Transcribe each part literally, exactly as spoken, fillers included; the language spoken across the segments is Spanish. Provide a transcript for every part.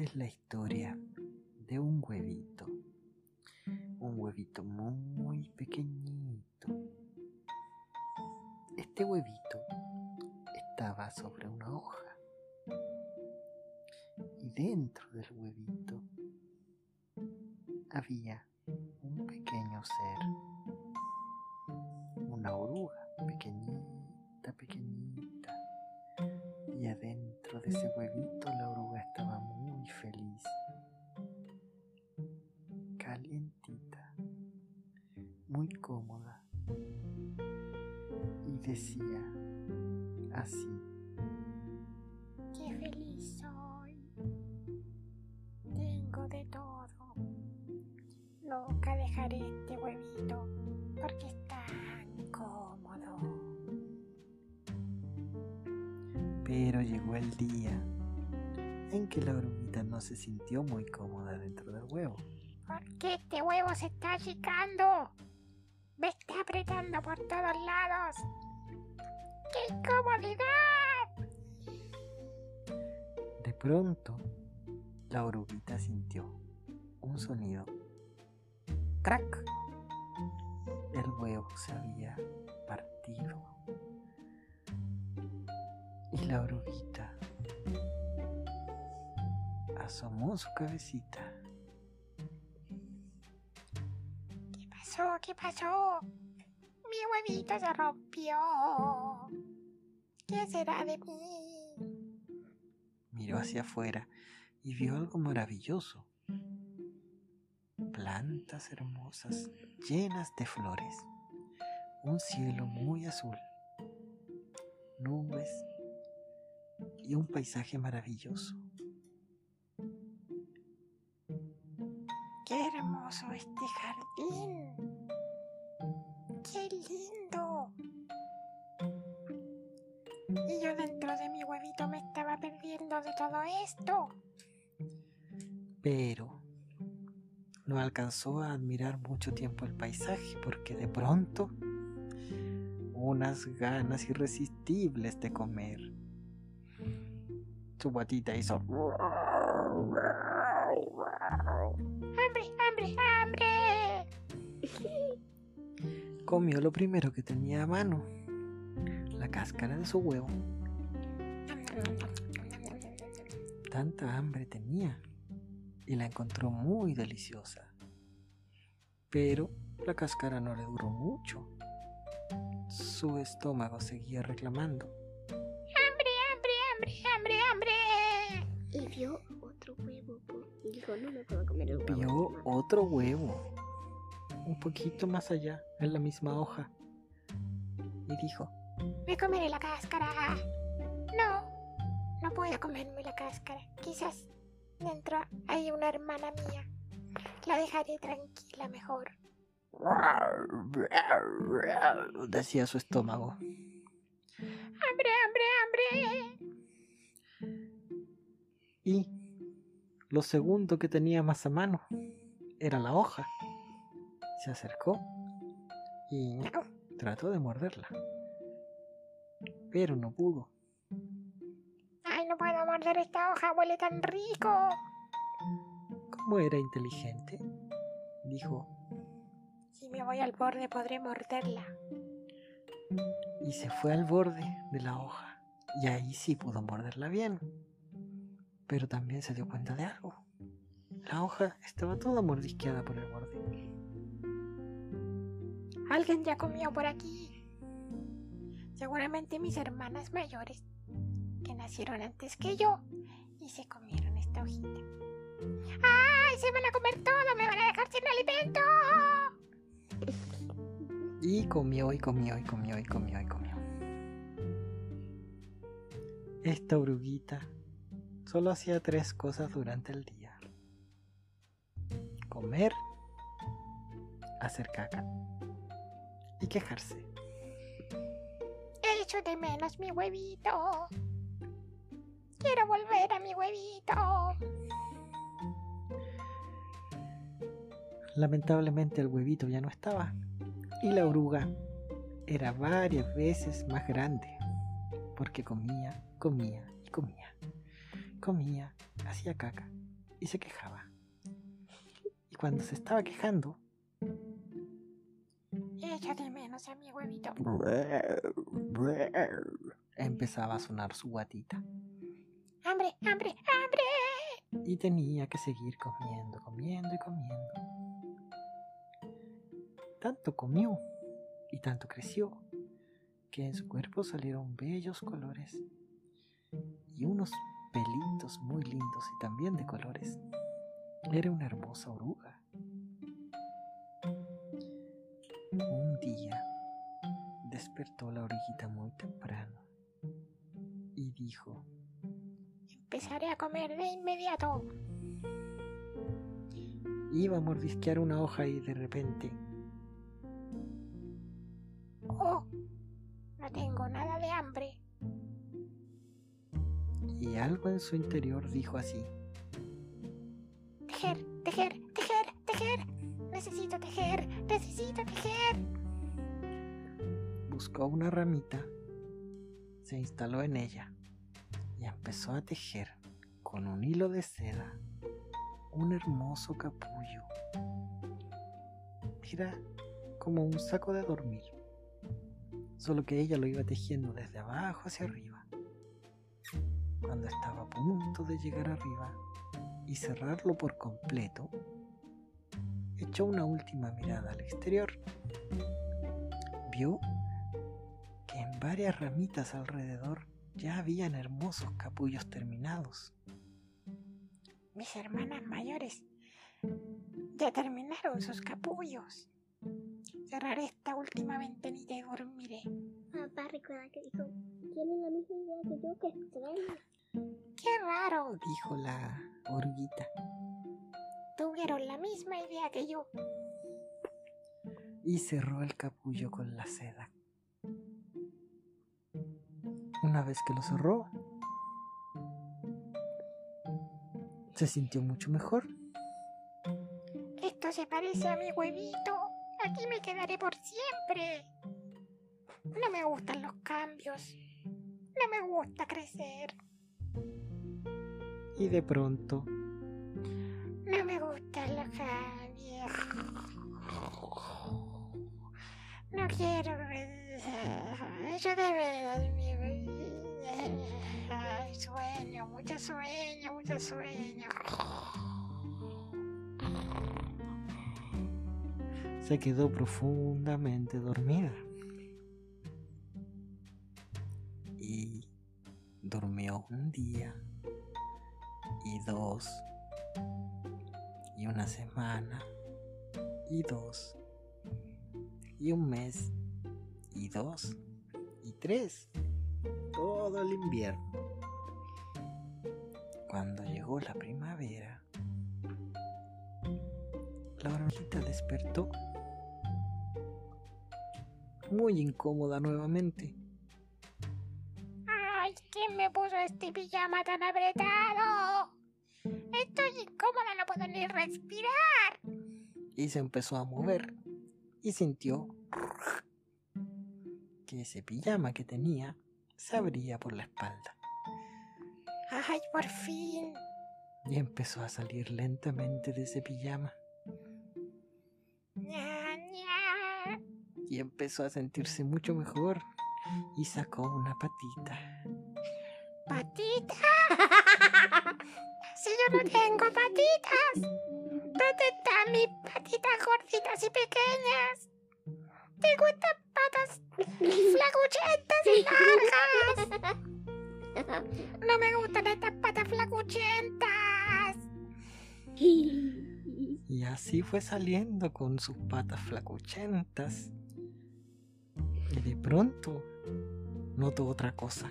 Esta es la historia de un huevito, un huevito muy pequeñito. Este huevito estaba sobre una hoja y dentro del huevito había un pequeño ser, una oruga pequeñita, pequeñita. Y adentro de ese huevito la oruga estaba muy feliz, calientita, muy cómoda, y decía así: ¡Qué feliz soy! Tengo de todo. Nunca dejaré este huevito porque es tan cómodo. Pero llegó el día en que la oruguita no se sintió muy cómoda dentro del huevo. ¿Por qué este huevo se está achicando? Me está apretando por todos lados. ¡Qué incomodidad! De pronto, la oruguita sintió un sonido. ¡Crack! El huevo se había partido. Y la oruguita asomó su cabecita. ¿Qué pasó? ¿Qué pasó? Mi huevito se rompió. ¿Qué será de mí? Miró hacia afuera y vio algo maravilloso. Plantas hermosas, llenas de flores. Un cielo muy azul. Nubes y un paisaje maravilloso. ¡Qué hermoso este jardín! ¡Qué lindo! Y yo dentro de mi huevito me estaba perdiendo de todo esto. Pero no alcanzó a admirar mucho tiempo el paisaje porque de pronto unas ganas irresistibles de comer. Su guatita hizo ¡Hambre, hambre, hambre! Comió lo primero que tenía a mano, la cáscara de su huevo. Tanta hambre tenía y la encontró muy deliciosa. Pero la cáscara no le duró mucho. Su estómago seguía reclamando. ¡Hambre, hambre, hambre, hambre, hambre! Y vio otro huevo por... y dijo, no me puedo comer el huevo. Vio otro huevo, un poquito más allá, en la misma hoja. Y dijo: Me comeré la cáscara. No, no puedo comerme la cáscara. Quizás dentro hay una hermana mía. La dejaré tranquila mejor. decía su estómago. ¡Hambre, hambre, hambre! Y lo segundo que tenía más a mano era la hoja. Se acercó y trató de morderla, pero no pudo. ¡Ay, no puedo morder esta hoja! ¡Huele tan rico! Como era inteligente, dijo, Si me voy al borde podré morderla. y se fue al borde de la hoja. Y ahí sí pudo morderla bien. Pero también se dio cuenta de algo. La hoja estaba toda mordisqueada por el borde. Alguien ya comió por aquí. Seguramente mis hermanas mayores, que nacieron antes que yo, y se comieron esta hojita. ¡Ay, se van a comer todo! ¡Me van a dejar sin alimento! Y comió y comió y comió y comió y comió. Esta oruguita solo hacía tres cosas durante el día: comer, hacer caca y quejarse. Echo de menos mi huevito. Quiero volver a mi huevito. Lamentablemente el huevito ya no estaba y la oruga era varias veces más grande porque comía, comía y comía. Comía, hacía caca y se quejaba. Y cuando se estaba quejando, Echa de menos a mi huevito. empezaba a sonar su guatita. ¡Hambre, hambre, hambre! Y tenía que seguir comiendo, comiendo y comiendo. Tanto comió y tanto creció que en su cuerpo salieron bellos colores y unos pelitos muy lindos y también de colores. Era una hermosa oruga. Un día despertó la oruguita muy temprano y dijo: Empezaré a comer de inmediato. iba a mordisquear una hoja y de repente, Oh, no tengo nada de hambre. y algo en su interior dijo así: Tejer, tejer, tejer, tejer. Necesito tejer, necesito tejer. buscó una ramita, se instaló en ella y empezó a tejer con un hilo de seda un hermoso capullo. Era como un saco de dormir, solo que ella lo iba tejiendo desde abajo hacia arriba. Cuando estaba a punto de llegar arriba y cerrarlo por completo, echó una última mirada al exterior. Vio que en varias ramitas alrededor ya habían hermosos capullos terminados. Mis hermanas mayores ya terminaron sus capullos. Cerraré esta última ventanita y dormiré. Papá recuerda que dijo, tienen la misma idea que yo, que extraño. ¡Qué raro! Dijo la oruguita. Tuvieron la misma idea que yo. Y cerró el capullo con la seda. Una vez que lo cerró, se sintió mucho mejor. Esto se parece a mi huevito. Aquí me quedaré por siempre. No me gustan los cambios. No me gusta crecer. Y de pronto, No me gustan los cambios. No quiero crecer. Yo de verdad mi Ay, sueño, mucho sueño, mucho sueño. se quedó profundamente dormida. Y durmió un día, y dos, y una semana, y dos, y un mes, y dos, y tres, todo el invierno. Cuando llegó la primavera, la oruguita despertó muy incómoda nuevamente. ¡Ay! ¿Quién me puso este pijama tan apretado? Estoy incómoda, no puedo ni respirar. Y se empezó a mover y sintió que ese pijama que tenía se abría por la espalda. ¡Ay, por fin! Y empezó a salir lentamente de ese pijama. ¡Ña, ña! Y empezó a sentirse mucho mejor. Y sacó una patita. ¡Patita! Si yo no tengo patitas, ¿dónde están mis patitas gorditas y pequeñas? Tengo estas patas flacuchentas y largas. No me gustan estas patas flacuchentas. Y así fue saliendo con sus patas flacuchentas. Y de pronto notó otra cosa.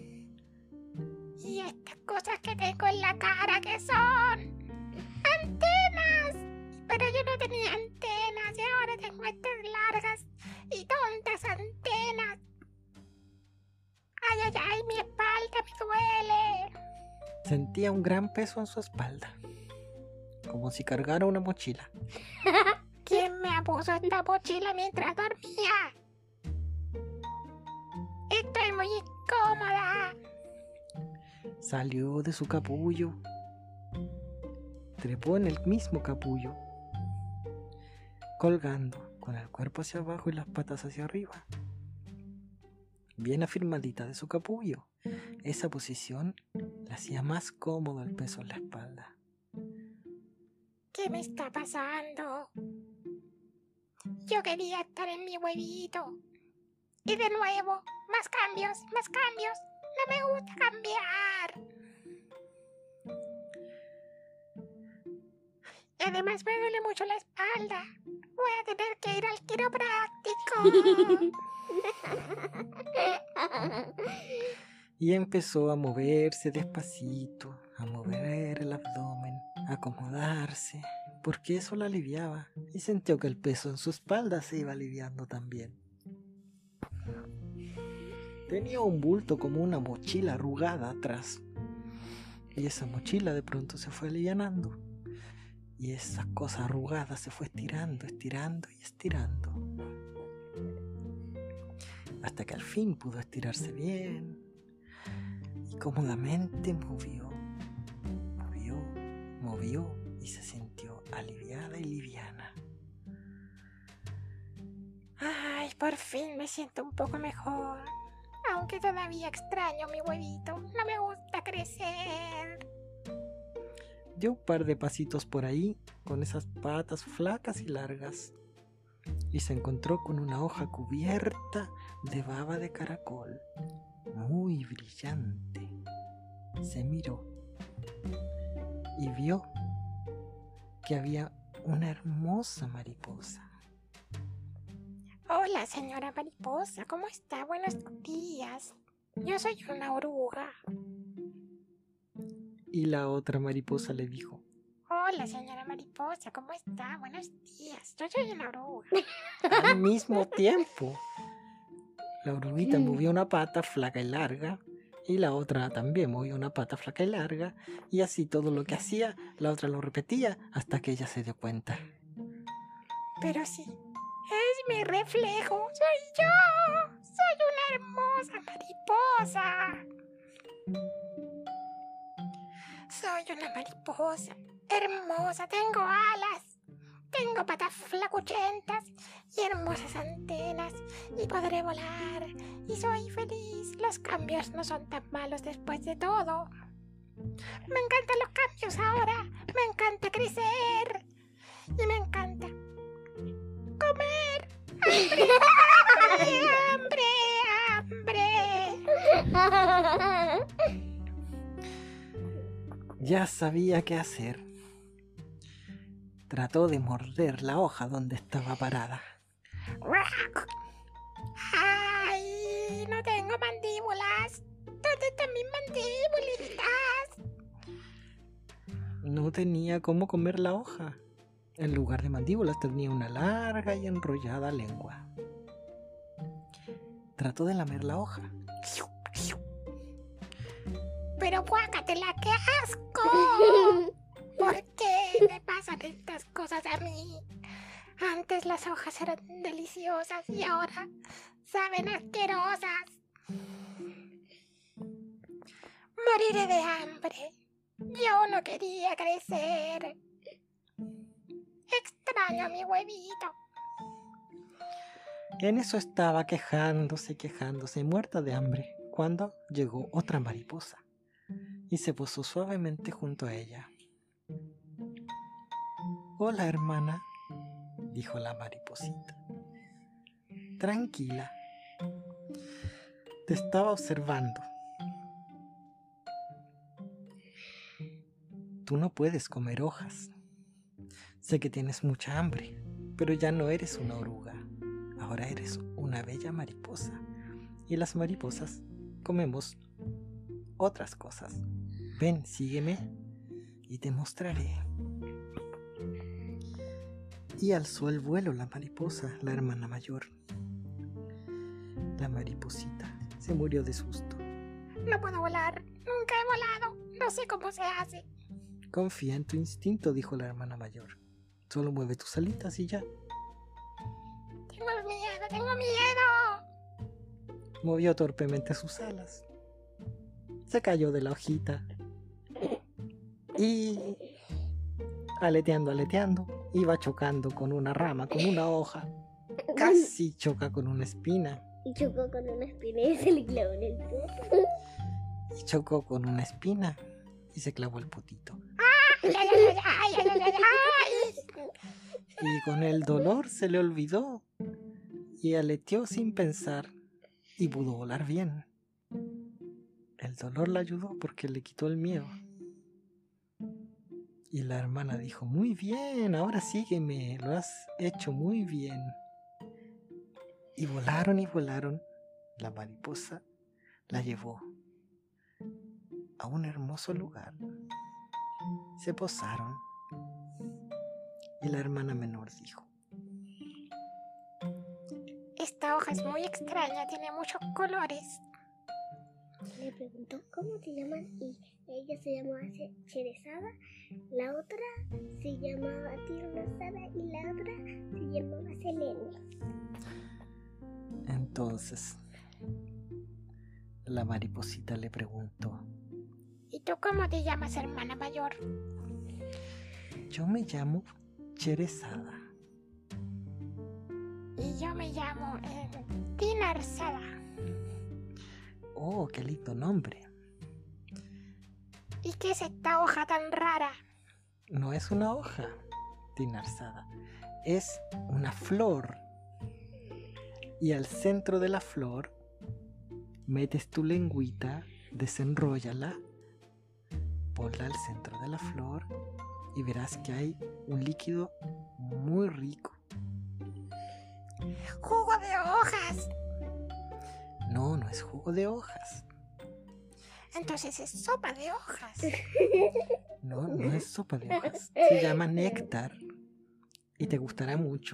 ¿Y estas cosas que tengo en la cara qué son? ¡Antenas! Pero yo no tenía antenas y ahora tengo estas largas y tontas antenas. ¡Ay, ay, ay! Mi espalda me duele. Sentía un gran peso en su espalda, como si cargara una mochila. ¿Quién me puso esta mochila mientras dormía? Estoy muy incómoda. Salió de su capullo trepó en el mismo capullo, colgando con el cuerpo hacia abajo y las patas hacia arriba, bien afirmadita de su capullo. Esa posición le hacía más cómodo el peso en la espalda. ¿Qué me está pasando? Yo quería estar en mi huevito. Y de nuevo, más cambios, más cambios. No me gusta cambiar. Y además me duele mucho la espalda. Voy a tener que ir al quiropráctico. Y empezó a moverse despacito, a mover el abdomen, a acomodarse, porque eso la aliviaba, y sintió que el peso en su espalda se iba aliviando también. Tenía un bulto como una mochila arrugada atrás, y esa mochila de pronto se fue alivianando, y esa cosa arrugada se fue estirando, estirando y estirando, hasta que al fin pudo estirarse bien, y cómodamente movió, movió, movió, y se sintió aliviada y liviana. Ay, por fin me siento un poco mejor. Aunque todavía extraño mi huevito. No me gusta crecer. Dio un par de pasitos por ahí, con esas patas flacas y largas, y se encontró con una hoja cubierta de baba de caracol, muy brillante. Se miró y vio que había una hermosa mariposa. Hola, señora mariposa, ¿cómo está? Buenos días. Yo soy una oruga. Y la otra mariposa le dijo: Hola, señora mariposa, ¿cómo está? Buenos días. Yo soy una oruga. Al mismo tiempo, la oruguita movió una pata flaca y larga, y la otra también movió una pata flaca y larga, y así todo lo que hacía, la otra lo repetía hasta que ella se dio cuenta. Pero sí, es mi reflejo. Soy yo. Soy una hermosa mariposa. Soy una mariposa hermosa. Tengo alas. Tengo patas flacuchentas y hermosas antenas. Y podré volar. Y soy feliz. Los cambios no son tan malos después de todo. Me encantan los cambios ahora. Me encanta crecer. Y me encanta comer. ¡Hambre! ¡Hambre! ¡Hambre! Ya sabía qué hacer. Trató de morder la hoja donde estaba parada. ¡Ay! No tengo mandíbulas. ¿Dónde están mis mandíbulitas? No tenía cómo comer la hoja. En lugar de mandíbulas tenía una larga y enrollada lengua. Trató de lamer la hoja. Pero guácatela, qué asco. ¿Por qué me pasan estas cosas a mí? Antes las hojas eran deliciosas y ahora saben asquerosas. Moriré de hambre. Yo no quería crecer. Extraño a mi huevito. En eso estaba quejándose, quejándose, muerta de hambre, cuando llegó otra mariposa y se posó suavemente junto a ella. Hola, hermana, dijo la mariposita. Tranquila, te estaba observando. Tú no puedes comer hojas. Sé que tienes mucha hambre, pero ya no eres una oruga. Ahora eres una bella mariposa. Y las mariposas comemos otras cosas. Ven, sígueme y te mostraré. Y alzó el vuelo la mariposa, la hermana mayor. La mariposita se murió de susto. No puedo volar. Nunca he volado. No sé cómo se hace. Confía en tu instinto, dijo la hermana mayor. Solo mueve tus alitas y ya. Tengo miedo, tengo miedo. Movió torpemente sus alas. Se cayó de la hojita. Y aleteando, aleteando, iba chocando con una rama, con una hoja. Casi choca con una espina. Y chocó con una espina y se le clavó en el pie. Y chocó con una espina y se clavó el potito. Ay, ay, ay, ay, ay, ay, ay. Y con el dolor se le olvidó y aleteó sin pensar y pudo volar bien. El dolor le ayudó porque le quitó el miedo. Y la hermana dijo, muy bien, ahora sígueme, lo has hecho muy bien. Y volaron y volaron. La mariposa la llevó a un hermoso lugar. Se posaron. Y la hermana menor dijo, Esta hoja es muy extraña, tiene muchos colores. Le preguntó cómo te llaman y ella se llamaba Ce- Cherezada, la otra se llamaba Tirnosada y la otra se llamaba Selene. entonces la mariposita le preguntó, ¿Y tú cómo te llamas, hermana mayor? yo me llamo Cherezada. Y yo me llamo eh, Dinarzada. Oh, qué lindo nombre. ¿Y qué es esta hoja tan rara? No es una hoja, Dinarzada, es una flor. Y al centro de la flor metes tu lengüita, desenróllala, ponla al centro de la flor y verás que hay un líquido muy rico. ¡Jugo de hojas! No, no es jugo de hojas. Entonces es sopa de hojas. No, no es sopa de hojas. Se llama néctar y te gustará mucho.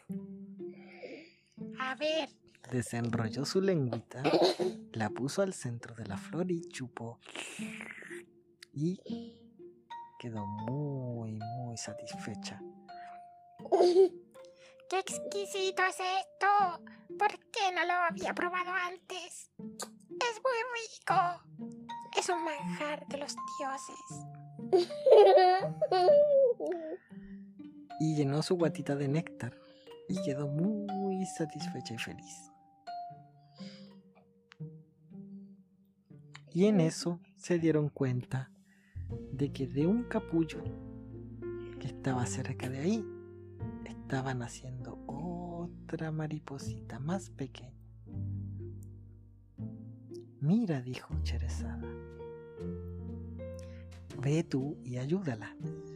A ver, Desenrolló su lengüita, la puso al centro de la flor y chupó. Y quedó muy, muy satisfecha. ¡qué exquisito es esto! ¿Por qué no lo había probado antes? ¡Es muy rico! Es un manjar de los dioses. Y llenó su guatita de néctar y quedó muy satisfecha y feliz. Y en eso se dieron cuenta de que de un capullo que estaba cerca de ahí estaba naciendo otra mariposita más pequeña. Mira, dijo Cherezada, ve tú y ayúdala.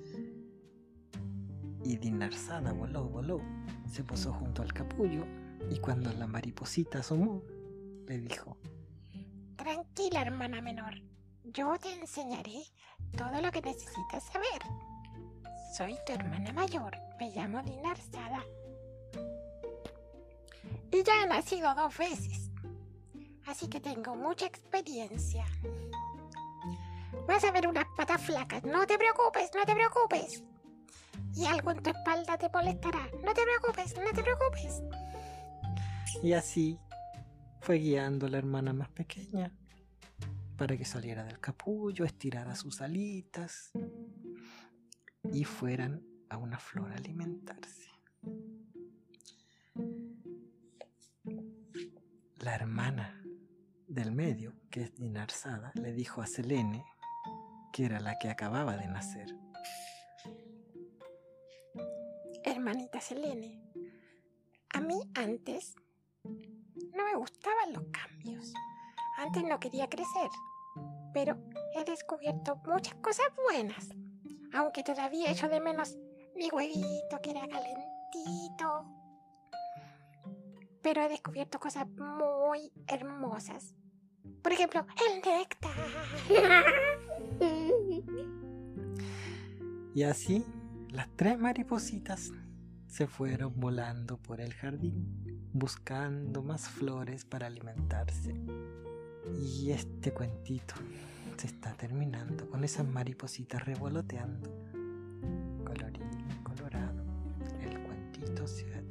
Y Dinarzada voló, voló, se posó junto al capullo y cuando la mariposita asomó, le dijo, Tranquila, hermana menor. Yo te enseñaré todo lo que necesitas saber. Soy tu hermana mayor. Me llamo Dinarzada. Y ya he nacido dos veces. Así que tengo mucha experiencia. Vas a ver unas patas flacas. No te preocupes, no te preocupes. Y algo en tu espalda te molestará. No te preocupes, no te preocupes. y así fue guiando a la hermana más pequeña para que saliera del capullo, estirara sus alitas y fueran a una flor a alimentarse. La hermana del medio, que es Dinarzada, le dijo a Selene, que era la que acababa de nacer: Hermanita Selene, a mí antes no me gustaban los cambios. Antes no quería crecer, pero he descubierto muchas cosas buenas. Aunque todavía echo de menos mi huevito que era calentito. Pero he descubierto cosas muy hermosas. Por ejemplo, el néctar. Y así las tres maripositas se fueron volando por el jardín, buscando más flores para alimentarse. Y este cuentito se está terminando con esas maripositas revoloteando. Colorín colorado, el cuentito se ha